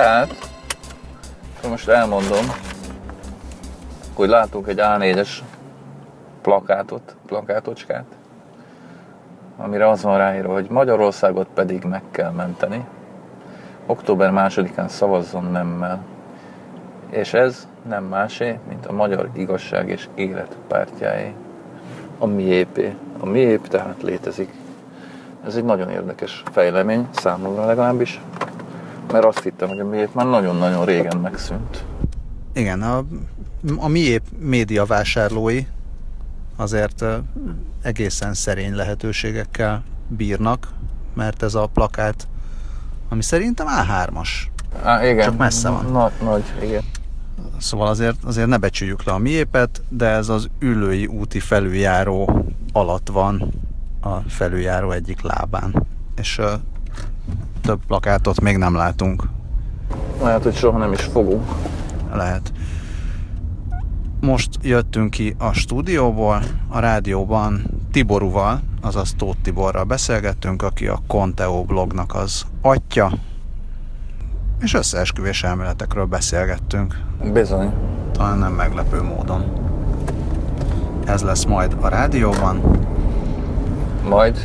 Tehát, most elmondom, hogy látunk egy A4-es plakátocskát, amire az van ráírva, hogy Magyarországot pedig meg kell menteni. Október 2-án szavazzon nemmel. És ez nem másé, mint a Magyar Igazság és Élet pártjáé. A miépé. A miép tehát létezik. Ez egy nagyon érdekes fejlemény, számomra legalábbis, mert azt hittem, hogy a miép már nagyon-nagyon régen megszűnt. Igen, a miép médiavásárlói azért egészen szerény lehetőségekkel bírnak, mert ez a plakát, ami szerintem A3-as. Igen. Csak messze van. Nagy, igen. Szóval azért ne becsüljük le a miépet, de ez az Üllői úti felüljáró alatt van, a felüljáró egyik lábán. És több plakátot még nem látunk. Lehet, hogy soha nem is fogunk. Lehet. Most jöttünk ki a stúdióból, a rádióban Tiborúval, azaz Tóth Tiborral beszélgettünk, aki a Conteo blognak az atya, és összeesküvés elméletekről beszélgettünk. Bizony. Talán nem meglepő módon. Ez lesz majd a rádióban. Majd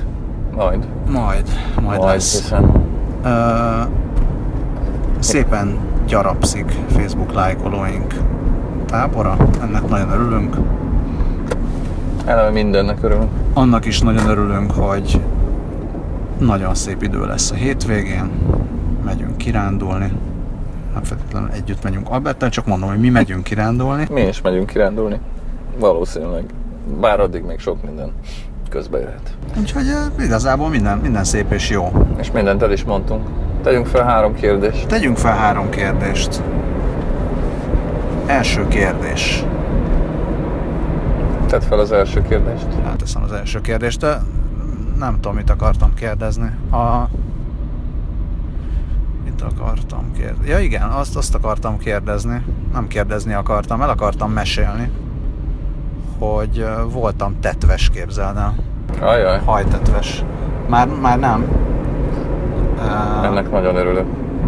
lesz. Hiszen... szépen gyarapszik Facebook lájkolóink tábora. Ennek nagyon örülünk. Eleve mindennek örülünk. Annak is nagyon örülünk, hogy nagyon szép idő lesz a hétvégén. Megyünk kirándulni. Nem feltétlenül együtt megyünk Alberttel, csak mondom, hogy mi megyünk kirándulni. Mi is megyünk kirándulni. Valószínűleg. Bár addig még sok minden közbe jöhet. Úgyhogy igazából minden szép és jó. És mindent el is mondtunk. Tegyünk fel 3 kérdést. Tegyünk fel 3 kérdést. Első kérdés. Tedd fel az első kérdést. Elteszem az első kérdést, de nem tudom, mit akartam kérdezni. Mit akartam kérdezni? Ja igen, azt akartam kérdezni. Nem kérdezni akartam, el akartam mesélni, hogy voltam tetves, képzeld el. Ajaj. Hajtetves. Már nem. Ennek nagyon örülök.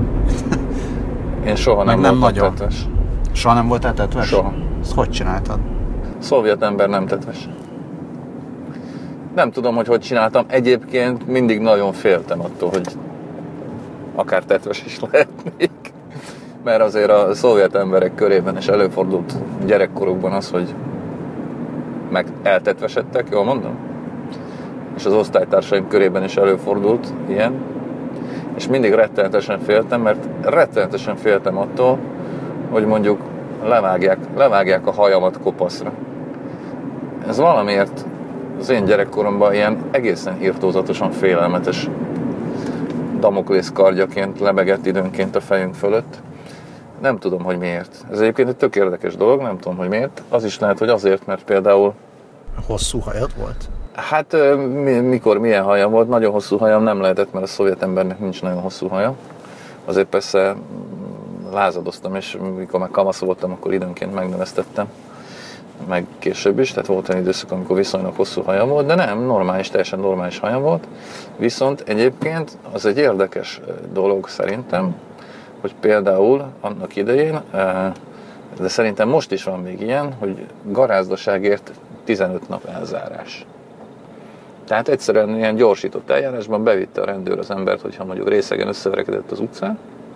Én soha nem voltam nagyon. tetves. Soha nem voltál tetves? Soha. Ezt hogy csináltad? Szovjet ember nem tetves. Nem tudom, hogy csináltam. Egyébként mindig nagyon féltem attól, hogy akár tetves is lehetnék. Mert azért a szovjet emberek körében is előfordult gyerekkorukban az, hogy meg eltetvesedtek, jól mondom? És az osztálytársaim körében is előfordult ilyen. És mindig rettenetesen féltem, mert rettenetesen féltem attól, hogy mondjuk levágják a hajamat kopaszra. Ez valamiért az én gyerekkoromban ilyen egészen irtózatosan félelmetes Damoklész kardjaként lebegett időnként a fejünk fölött. Nem tudom, hogy miért. Ez egyébként egy tök érdekes dolog, nem tudom, hogy miért. Az is lehet, hogy azért, mert például... Hosszú hajad volt? Hát mikor milyen hajam volt? Nagyon hosszú hajam nem lehetett, mert a szovjet embernek nincs nagyon hosszú haja. Azért persze lázadoztam, és mikor már kamasz voltam, akkor időnként megnövesztettem. Meg később is, tehát volt olyan időszak, amikor viszonylag hosszú hajam volt, de nem, teljesen normális hajam volt. Viszont egyébként az egy érdekes dolog szerintem, hogy például annak idején, de szerintem most is van még ilyen, hogy garázdaságért 15 nap elzárás. Tehát egyszerűen ilyen gyorsított eljárásban bevitte a rendőr az embert, hogyha mondjuk részegen összeverekedett az utcán,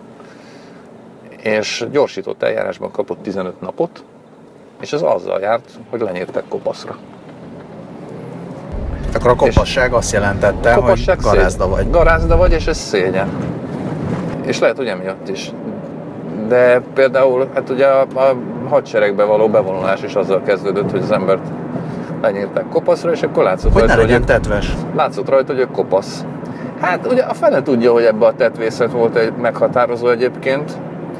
és gyorsított eljárásban kapott 15 napot, és ez azzal járt, hogy lenyírták kopaszra. Akkor a kopasság azt jelentette, hogy garázda vagy. Garázda vagy, és ez szégyen. És lehet, hogy emiatt is. De például, hát ugye a hadseregbe való bevonulás is azzal kezdődött, hogy az embert lenyírták kopaszra, és akkor látszott hogy rajta, ne legyen tetves. Látszott rajta, hogy ő kopasz. Hát ugye a fene tudja, hogy ebbe a tetvészet volt egy meghatározó egyébként,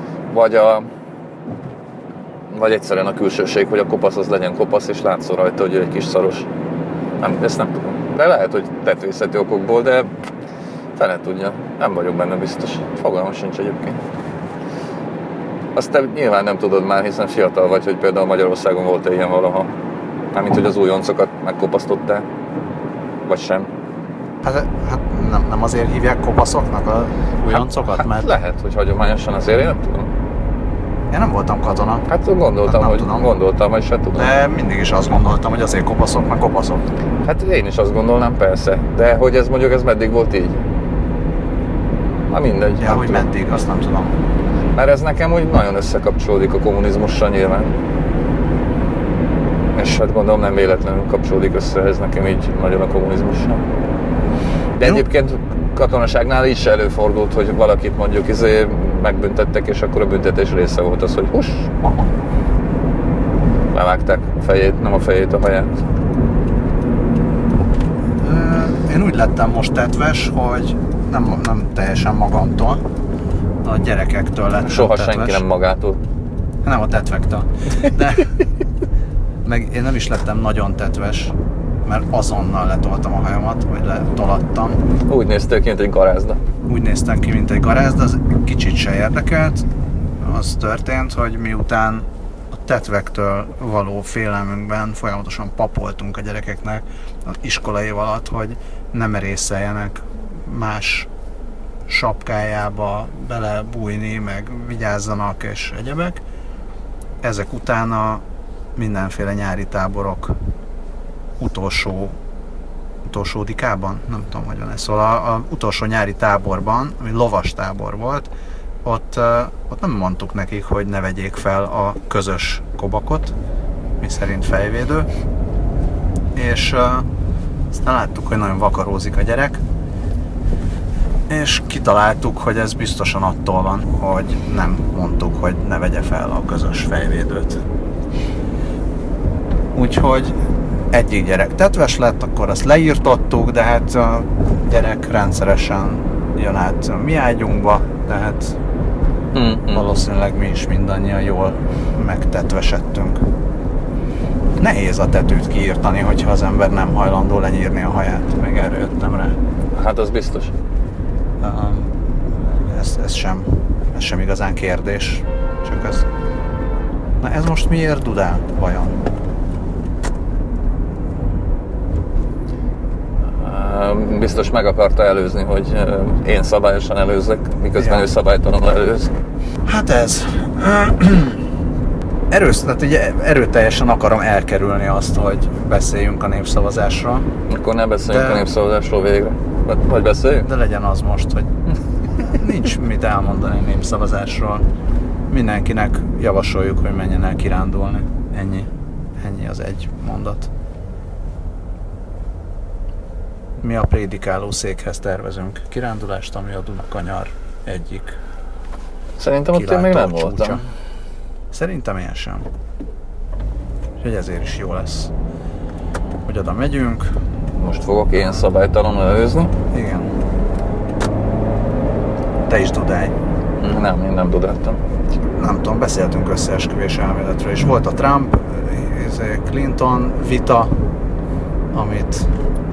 vagy egyszerűen a külsőség, hogy a kopasz az legyen kopasz, és látszott rajta, hogy ő egy kis szaros. Ezt nem tudom. De lehet, hogy tetvészeti okokból, de fene tudja. Nem vagyok benne biztos. Fogalmam sincs egyébként. Azt te nyilván nem tudod már, hiszen fiatal vagy, hogy például Magyarországon volt-e ilyen valaha. Mármint, hogy az újoncokat megkopasztottál. Vagy sem. Hát nem azért hívják kopaszoknak a újoncokat? Hát mert lehet, hogy hagyományosan azért, én nem tudom. én nem voltam katona. Hát gondoltam, Hát hogy tudom. gondoltam, hogy se tudom. De mindig is azt gondoltam, hogy azért kopaszok, meg kopaszok. Hát én is azt gondolnám, persze. De hogy ez mondjuk, ez meddig volt így? Na mindegy. Ja, nem hogy tudom. meddig, azt nem tudom. Mert ez nekem úgy nagyon összekapcsolódik a kommunizmussal nyilván. És hát gondolom nem véletlenül kapcsolódik össze ez nekem így nagyon a kommunizmussal. De egyébként katonaságnál is előfordult, hogy valakit mondjuk megbüntettek, és akkor a büntetés része volt az, hogy hús! Levágták a fejét, nem a fejét, a haját. Én úgy lettem most tetves, hogy nem teljesen magamtól, a gyerekektől lettem Soha tetves. senki nem magától. Nem a tetvektől. De meg én nem is lettem nagyon tetves, mert azonnal letoltam a hajamat, vagy letolattam. Úgy néztél ki, mint egy garázda. Úgy néztem ki, mint egy garáz, de az kicsit se érdekelt. Az történt, hogy miután a tetvektől való félelmünkben folyamatosan papoltunk a gyerekeknek az iskola év alatt, hogy ne merészeljenek más sapkájába belebújni, meg vigyázzanak és egyebek. Ezek utána mindenféle nyári táborok utolsódikában, nem tudom, hogy van ez. Szóval a utolsó nyári táborban, ami lovas tábor volt, ott nem mondtuk nekik, hogy ne vegyék fel a közös kobakot, mi szerint fejvédő, és aztán láttuk, hogy nagyon vakarózik a gyerek, és kitaláltuk, hogy ez biztosan attól van, hogy nem mondtuk, hogy ne vegye fel a közös fejvédőt. Úgyhogy egyik gyerek tetves lett, akkor azt leírtottuk, de hát a gyerek rendszeresen jön át a mi ágyunkba, tehát valószínűleg mi is mindannyian jól megtetvesedtünk. Nehéz a tetőt kiírtani, hogyha az ember nem hajlandó lenyírni a haját, meg erre jöttem rá. Hát az biztos. Ez sem igazán kérdés, csak ez... Na ez most miért dudál, vajon? Biztos meg akarta előzni, hogy én szabályosan előzzek, miközben ő szabálytalanul előz. Hát ez... Tehát ugye erőteljesen akarom elkerülni azt, hogy beszéljünk a népszavazásról. Akkor ne beszéljünk a népszavazásról végre. Vagy beszéljünk? De legyen az most, hogy nincs mit elmondani a népszavazásról. Mindenkinek javasoljuk, hogy menjen el kirándulni. Ennyi az egy mondat. Mi a prédikáló székhez tervezünk kirándulást, ami a Dunakanyar egyik Szerintem ott én még nem voltam. Szerintem én sem. Úgyhogy ezért is jó lesz, hogy oda megyünk. Most fogok én szabálytalanul előzni? Igen. Te is dudálj. Nem, én nem dudáltam. Nem tudom, beszéltünk összeesküvés elméletről, és volt a Trump, Clinton vita, amit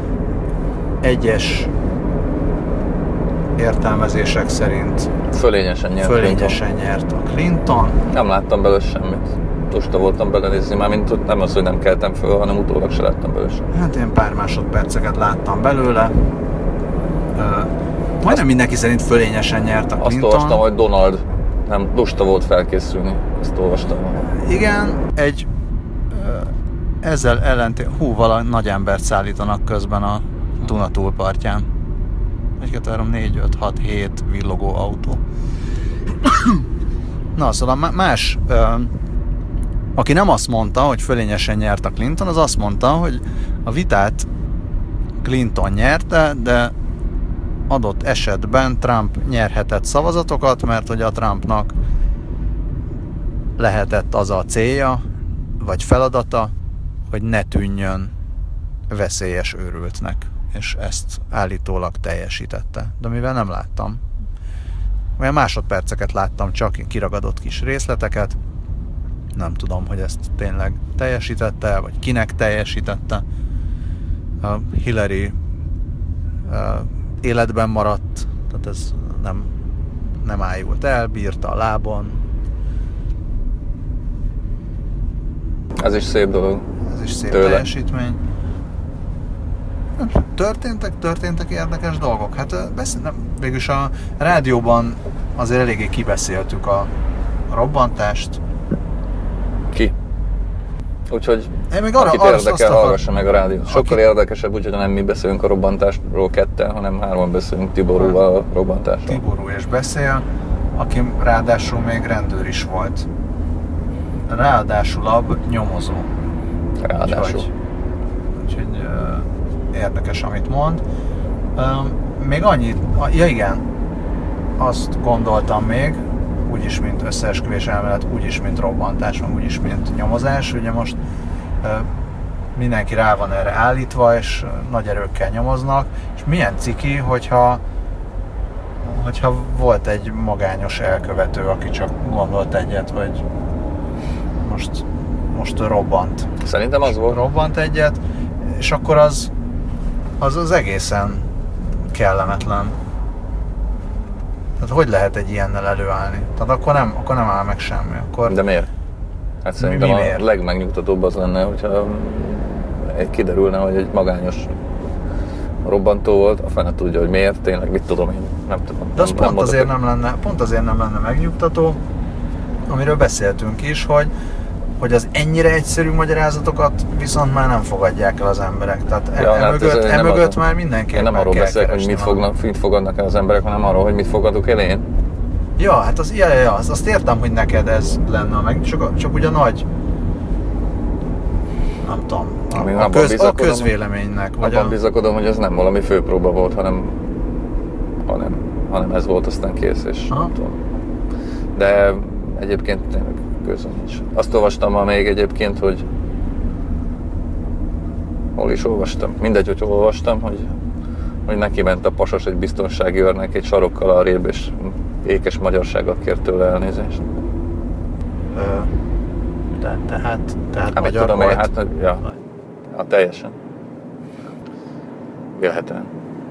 egyes értelmezések szerint Fölényesen nyert a Clinton. Nem láttam belőle semmit. Lusta voltam belenézni, mármint nem az, hogy nem keltem föl, hanem utólag se láttam belőle semmit. Hát én pár másodperceket láttam belőle. Majdnem mindenki szerint fölényesen nyert a Clinton. Azt olvastam, hogy Donald nem lusta volt felkészülni. Ezt olvastam. Igen, ezzel valami nagy embert szállítanak közben a Duna túlpartján. 1, 2, 3, 4, 5, 6, 7 villogó autó. Na, szóval más, aki nem azt mondta, hogy fölényesen nyert a Clinton, az azt mondta, hogy a vitát Clinton nyerte, de adott esetben Trump nyerhetett szavazatokat, mert hogy a Trumpnak lehetett az a célja, vagy feladata, hogy ne tűnjön veszélyes őrültnek. És ezt állítólag teljesítette. De mivel nem láttam, olyan másodperceket láttam, csak kiragadott kis részleteket, nem tudom, hogy ezt tényleg teljesítette, vagy kinek teljesítette. A Hillary életben maradt, tehát ez nem ájult el, bírta a lábon. Ez is szép dolog. Ez is szép tőle. teljesítmény. Történtek érdekes dolgok. Hát végülis a rádióban azért eléggé kibeszéltük a robbantást. Ki? Úgyhogy én még akit érdekel, hallgassa meg a rádiót. Sokkal érdekesebb, úgyhogy nem mi beszélünk a robbantásról ketten, hanem hárman beszélünk Tiborúval a robbantásról. Tiború is beszél, aki ráadásul még rendőr is volt. Ráadásul nyomozó. Ráadásul. Úgyhogy érdekes, amit mond. Még annyit, ja igen, azt gondoltam még, úgyis, mint összeesküvés elmélet, úgyis, mint robbantás, úgyis, mint nyomozás. Ugye most mindenki rá van erre állítva, és nagy erőkkel nyomoznak, és milyen ciki, hogyha volt egy magányos elkövető, aki csak gondolt egyet, hogy most robbant. Szerintem az volt. Robbant egyet, és akkor az egészen kellemetlen. Tehát hogy lehet egy ilyennel előállni? Tehát akkor nem áll meg semmi. De miért? Hát szerintem a legmegnyugtatóbb az lenne, hogyha kiderülne, hogy egy magányos robbantó volt, a fene tudja, hogy miért, tényleg mit tudom én, nem tudom. De az pont azért nem lenne megnyugtató, amiről beszéltünk is, hogy az ennyire egyszerű magyarázatokat viszont már nem fogadják el az emberek. Tehát emögött már mindenképpen én nem arról beszélek, hogy mit fogadnak el az emberek, hanem arról, hogy mit fogadok el én. Ja, hát azt értem, hogy neked ez lenne meg, csak ugye nagy, nem tudom, a közvéleménynek. Abban bizakodom, hogy ez nem valami főpróba volt, hanem ez volt, aztán kész, és nem tudom. De egyébként tényleg közöm nincs. Azt olvastam ma még egyébként, hogy hol is olvastam? Mindegy, hogy hol olvastam, hogy neki ment a pasas egy biztonsági őrnek egy sarokkal arrébb, és ékes magyarsággal kért tőle elnézést. Tehát hát magyar tudom, volt? Ja, teljesen. Vélhetően.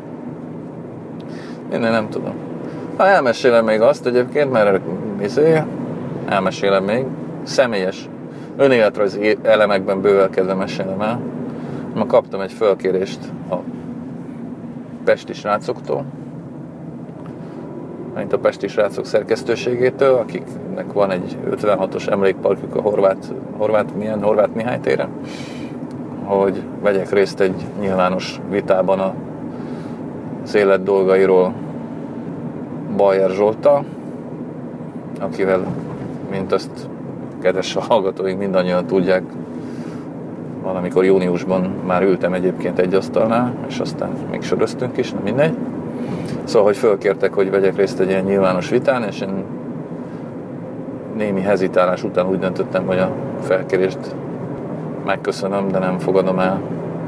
Én nem tudom. Elmesélem még azt egyébként, mert elmesélem még. Személyes önéletrajzi elemekben bővelkedve mesélem el. Ma kaptam egy fölkérést a pesti srácoktól, mint a pesti srácok szerkesztőségétől, akiknek van egy 56-os emlékparkjuk a Horváth Mihály téren, hogy vegyek részt egy nyilvános vitában az élet dolgairól Bajer Zsolttal, akivel, mint azt kedves hallgatóink mindannyian tudják, valamikor júniusban már ültem egyébként egy asztalnál, és aztán még söröztünk is, nem mindegy. Szóval, hogy fölkértek, hogy vegyek részt egy ilyen nyilvános vitán, és én némi hezitálás után úgy döntöttem, hogy a felkérést megköszönöm, de nem fogadom el.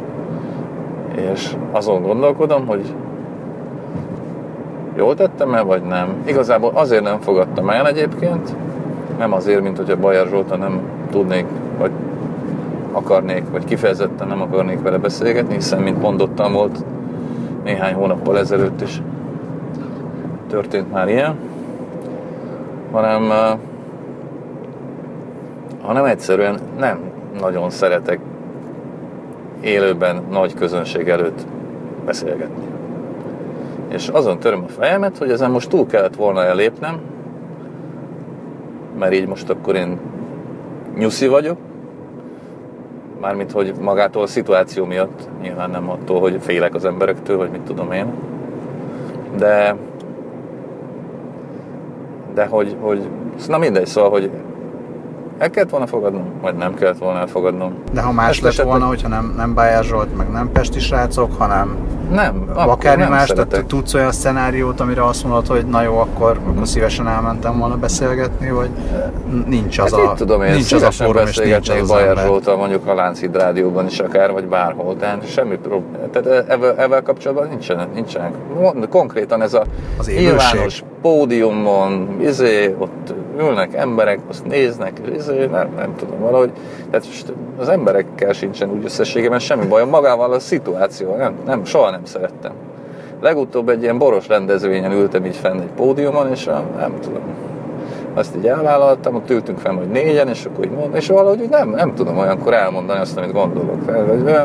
És azon gondolkodom, hogy jól tettem el, vagy nem. Igazából azért nem fogadtam el egyébként, nem azért, mint hogy a Bajer Zsolta nem tudnék, vagy akarnék, vagy kifejezetten nem akarnék vele beszélgetni, hiszen, mint mondottam, volt néhány hónappal ezelőtt is történt már ilyen, hanem egyszerűen nem nagyon szeretek élőben nagy közönség előtt beszélgetni. És azon töröm a fejemet, hogy ezen most túl kellett volna elépnem, mert így most akkor én nyuszi vagyok, mármint, hogy magától a szituáció miatt, nyilván nem attól, hogy félek az emberektől, vagy mit tudom én, de hogy na mindegy, szóval, hogy el kellett volna fogadnom, vagy nem kellett volna elfogadnom. De ha más lett volna, hogyha nem Bajer Zsolt, meg nem pesti srácok, hanem akármi más, tehát tudsz olyan szenáriót, amire azt mondod, hogy na jó, akkor szívesen elmentem volna beszélgetni, vagy nincs az a tudom én, nincs az a fórum, és nincs az Bajer Zsolttal mondjuk a Lánchíd Rádióban is akár, vagy bárhol, de semmi probléma. Tehát ezzel kapcsolatban nincsenek. Konkrétan ez az nyilvános pódiumon, ott ülnek emberek, azt néznek, és nem tudom, valahogy. Tehát az emberekkel sincsen úgy összességében semmi bajom, magával a szituáció, soha nem szerettem. Legutóbb egy ilyen boros rendezvényen ültem így fenn egy pódiumon, és nem tudom, azt így elvállaltam, ott ültünk fenn, hogy négyen, és akkor így mondom, és valahogy nem tudom olyankor elmondani azt, amit gondolok.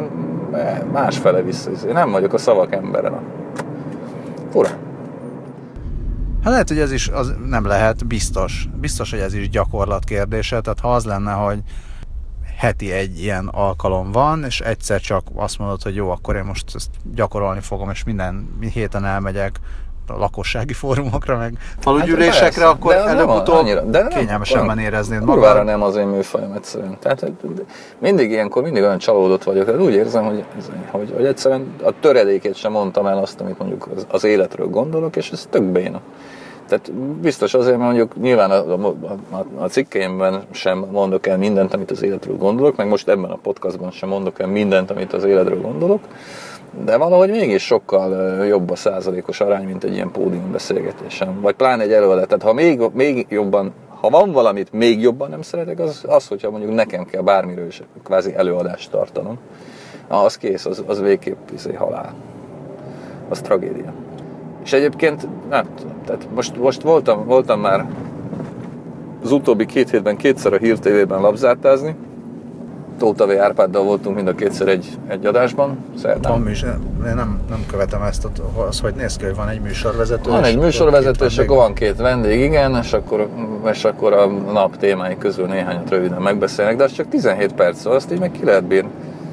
másfele vissza. Én nem vagyok a szavak embere. Fura. Hát lehet, hogy ez is az nem lehet, biztos, hogy ez is gyakorlat kérdése, tehát ha az lenne, hogy heti egy ilyen alkalom van, és egyszer csak azt mondod, hogy jó, akkor én most ezt gyakorolni fogom, és minden héten elmegyek a lakossági fórumokra, meg falugyűlésekre, hát akkor előbb-utóbb kényelmesebben éreznéd magad. Kurvára nem az én műfajom egyszerűen. Tehát mindig olyan csalódott vagyok, tehát úgy érzem, hogy egyszerűen a töredékét sem mondtam el azt, amit mondjuk az életről gondolok, és ez tök béna. Tehát biztos azért, mert mondjuk nyilván a cikkeimben sem mondok el mindent, amit az életről gondolok, meg most ebben a podcastban sem mondok el mindent, amit az életről gondolok, de valahogy mégis sokkal jobb a százalékos arány, mint egy ilyen pódiumbeszélgetésen, vagy pláne egy előadás. Tehát még jobban, ha van valamit még jobban nem szeretek, az hogyha mondjuk nekem kell bármiről is kvázi előadást tartanom, az kész, az végképp halál. Az tragédia. És egyébként nem tudom, tehát most voltam már az utóbbi 2 hétben kétszer a Hír TV-ben labzártázni. Tóth V. Árpáddal voltunk mind a kétszer egy adásban. Van műsor, én nem követem ezt, az hogy néz ki, hogy van egy műsorvezető. Van egy műsorvezető, és akkor van 2 vendég, igen, és akkor a nap témái közül néhányat röviden megbeszélnek, de az csak 17 perc, szóval azt így meg ki lehet bírni.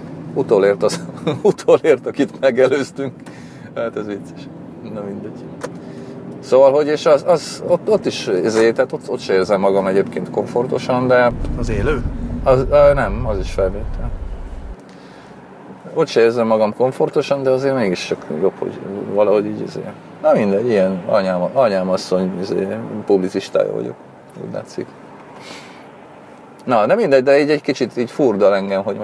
Utolért, akit megelőztünk. Hát ez vicces. Na mindegy. Szóval, hogy és ott is tehát ott se érzem magam egyébként komfortosan, de... Az élő? Nem, az is felvétel. Ott se érzem magam komfortosan, de azért mégis csak jobb, hogy valahogy így azért. Na mindegy, ilyen anyám asszony publicistája vagyok, úgy látszik. Na, de mindegy, de így egy kicsit így furdal engem, hogy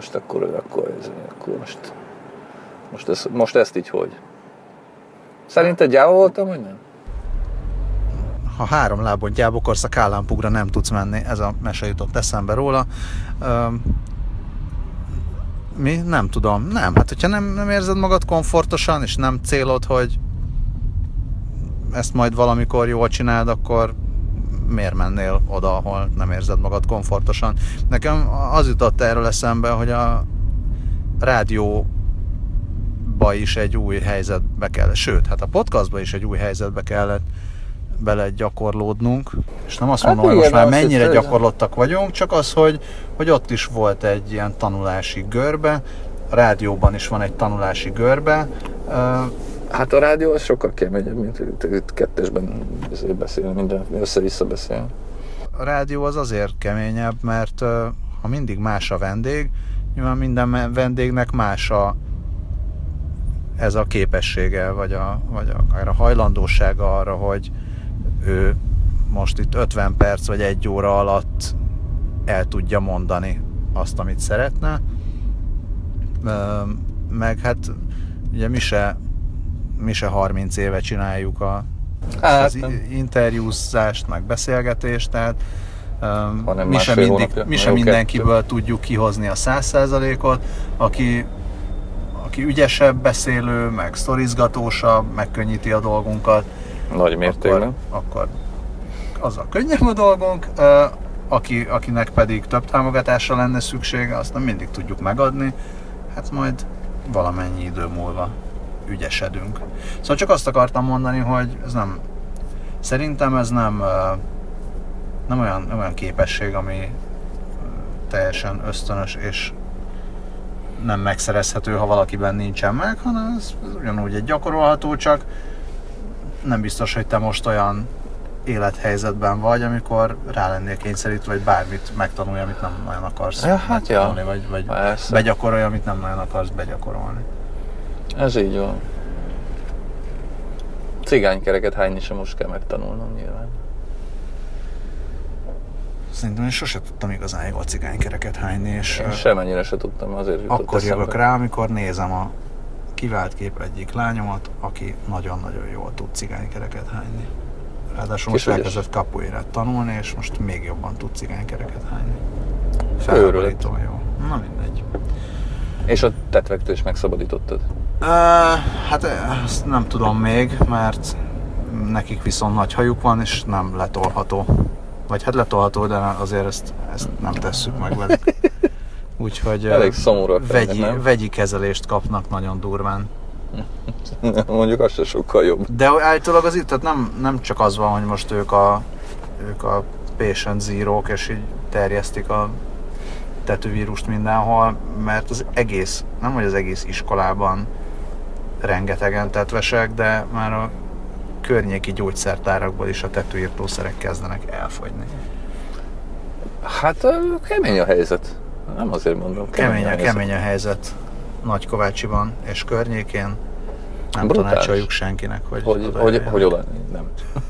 most ezt így hogy? Szerinted gyáva voltam, vagy nem? Ha 3 lábon gyábokorsz, a Kálánpugra nem tudsz menni. Ez a mese jutott eszembe róla. Mi? Nem tudom. Nem. Hát, hogyha nem érzed magad komfortosan, és nem célod, hogy ezt majd valamikor jól csináld, akkor miért mennél oda, ahol nem érzed magad komfortosan? Nekem az jutott erről eszembe, hogy a rádióba is egy új helyzetbe kellett, sőt, hát a podcastba is egy új helyzetbe kellett bele gyakorlódnunk, és nem azt mondom, hogy most már mennyire gyakorlottak vagyunk, csak az, hogy ott is volt egy ilyen tanulási görbe, a rádióban is van egy tanulási görbe. Hát a rádió az sokkal keményebb, mint itt kettesben beszélni, minden össze-vissza beszélni. A rádió az azért keményebb, mert ha mindig más a vendég, nyilván minden vendégnek más ez a képessége, vagy akár a hajlandósága arra, hogy ő most itt 50 perc vagy 1 óra alatt el tudja mondani azt, amit szeretne. Meg hát ugye mi se 30 éve csináljuk az interjúzást, meg beszélgetést, tehát mi se mindenkiből tudjuk kihozni a 100%-ot, aki ügyesebb beszélő, meg sztorizgatósabb, megkönnyíti a dolgunkat. Nagy mértékben. Akkor azzal könnyebb a dolgunk, akinek pedig több támogatásra lenne szüksége, azt nem mindig tudjuk megadni, hát majd valamennyi idő múlva ügyesedünk. Szóval csak azt akartam mondani, hogy szerintem ez nem olyan képesség, ami teljesen ösztönös és nem megszerezhető, ha valakiben nincsen meg, hanem ez ugyanúgy egy gyakorolható, csak nem biztos, hogy te most olyan élethelyzetben vagy, amikor rá lennél kényszerítve, vagy bármit megtanulj, amit nem nagyon akarsz megtanulni, vagy begyakorolj, amit nem nagyon akarsz begyakorolni. Ez így van. Cigánykereket hányni sem most kell megtanulnom nyilván. Szerintem én sose tudtam igazán jól cigánykereket hányni, és... Én semennyire se tudtam, azért jutott akkor jövök rá, amikor nézem a kivált kép egyik lányomat, aki nagyon-nagyon jól tud cigánykereket hányni. Ráadásul most elkezdett capoeirát tanulni, és most még jobban tud cigánykereket hányni. Felháborító jó. Na mindegy. És a tetvektől is megszabadítottad? Hát ezt nem tudom még, mert nekik viszont nagy hajuk van, és nem letolható. Vagy hát letolható, de azért ezt nem tesszük meg velük. Úgyhogy elég szomorú a fejnek, nem? vegyi kezelést kapnak nagyon durván. Mondjuk az se sokkal jobb. De állítólag az itt, tehát nem csak az van, hogy most ők a patient zero-k, és így terjesztik a tetővírust mindenhol, mert az egész, nem hogy az egész iskolában rengetegen tetvesek, de már a környéki gyógyszertárakból is a tetőírtószerek kezdenek elfogyni. Hát kemény a helyzet. Nem azért mondom. Kemény a helyzet Nagykovácsiban és környékén. Nem brutális. Tanácsoljuk senkinek, hogy oda nem.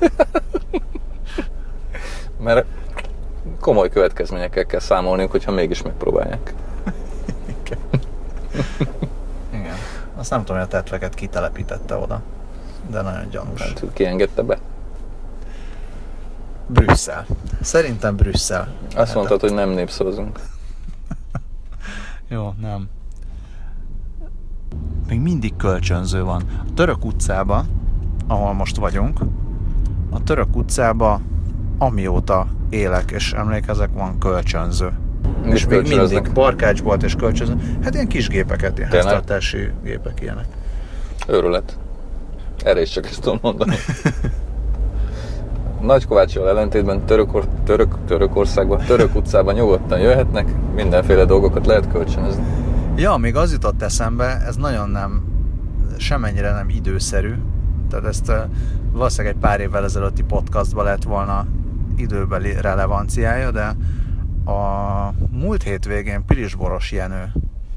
Mert komoly következményekkel kell számolniuk, hogyha mégis megpróbálják. Igen. Azt nem tudom, hogy a tetveket kitelepítette oda, de nagyon gyanús. Hát, ki engedte be? Brüsszel. Szerintem Brüsszel. Azt mondtad, hogy nem népszavazunk. Jó, nem. Még mindig kölcsönző van. A Török utcában, ahol most vagyunk, a Török utcában amióta élek és emlékezek, van kölcsönző. És még mindig barkácsbolt és kölcsönző. Hát ilyen kis gépeket, ilyen háztartási gépek ilyenek. Őrület. Erre is csak ezt tudom mondani. Nagykovácsival ellentétben Törökországban, Török utcában nyugodtan jöhetnek, mindenféle dolgokat lehet kölcsönözni. Ja, még az jutott eszembe, ez nagyon semmennyire nem időszerű. Tehát ezt valószínűleg egy pár évvel ezelőtti podcastban lett volna időbeli relevanciája, de a múlt hétvégén Pilisboros Jenő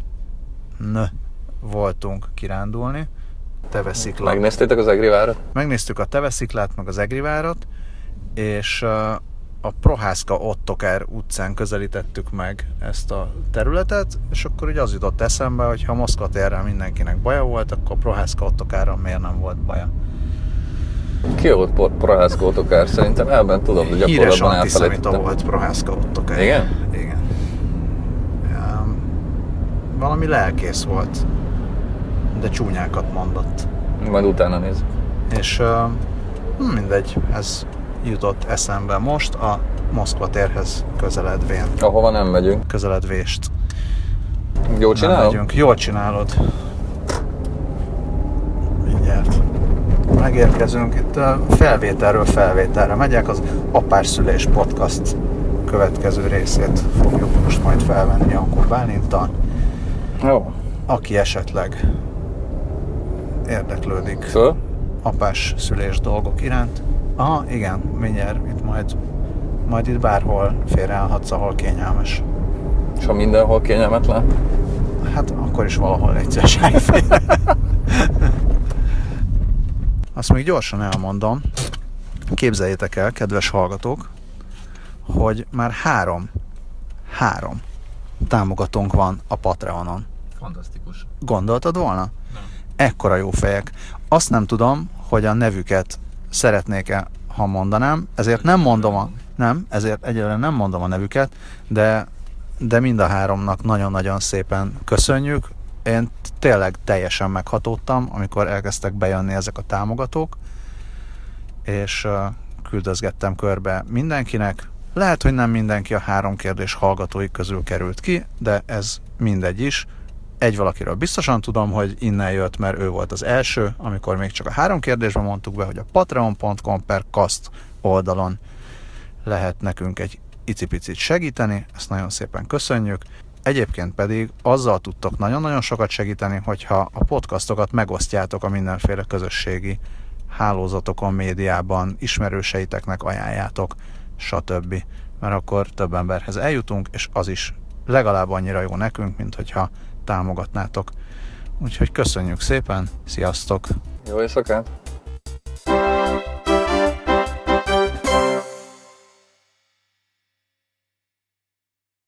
voltunk kirándulni. Teveszikla. Megnéztétek az Egrivárat? Megnéztük a Tevesziklát, meg az Egrivárat, és a Prohászka Ottokár utcán közelítettük meg ezt a területet, és akkor ugye az jutott eszembe, hogy ha Moszkva térrel mindenkinek baja volt, akkor Prohászka Ottokárral miért nem volt baja. Ki volt Prohászka Ottokár? Szerintem elben tudom, de gyakorlatban híres elfelejtettem. antiszemita volt Prohászka Ottokár. Igen? Igen. Valami lelkész volt, de csúnyákat mondott. Majd utána nézzük. És mindegy, ez jutott eszembe most a Moszkva térhez közeledvén. Ahova nem megyünk. Közeledvést. Jól csinálod? Jól csinálod. Mindjárt megérkezünk. Itt felvételről felvételre megyek. Az Apás Szülés Podcast következő részét fogjuk most majd felvenni Jankó Bálinttal. Jó. Aki esetleg érdeklődik Föl? apás szülés dolgok iránt. Aha, igen, mindjárt itt majd itt bárhol félreállhatsz, ahol kényelmes. És ha mindenhol kényelmetlen? Hát akkor is valahol egyszerűen állj félre. Azt még gyorsan elmondom. Képzeljétek el, kedves hallgatók, hogy már három támogatónk van a Patreonon. Fantasztikus. Gondoltad volna? Nem. Ekkora jó fejek. Azt nem tudom, hogy a nevüket szeretnék-e, ha mondanám, ezért nem mondom ezért egyelőre nem mondom a nevüket, de mind a háromnak nagyon-nagyon szépen köszönjük. Én tényleg teljesen meghatódtam, amikor elkezdtek bejönni ezek a támogatók, és küldözgettem körbe mindenkinek. Lehet, hogy nem mindenki a 3 kérdés hallgatói közül került ki, de ez mindegy is. Egy valakiről biztosan tudom, hogy innen jött, mert ő volt az első, amikor még csak a 3 kérdésben mondtuk be, hogy a patreon.com/kast oldalon lehet nekünk egy icipicit segíteni, ezt nagyon szépen köszönjük. Egyébként pedig azzal tudtok nagyon-nagyon sokat segíteni, hogyha a podcastokat megosztjátok a mindenféle közösségi hálózatokon, médiában, ismerőseiteknek ajánljátok, stb. Mert akkor több emberhez eljutunk, és az is legalább annyira jó nekünk, mint hogyha támogatnátok. Úgyhogy köszönjük szépen, sziasztok! Jó éjszakát!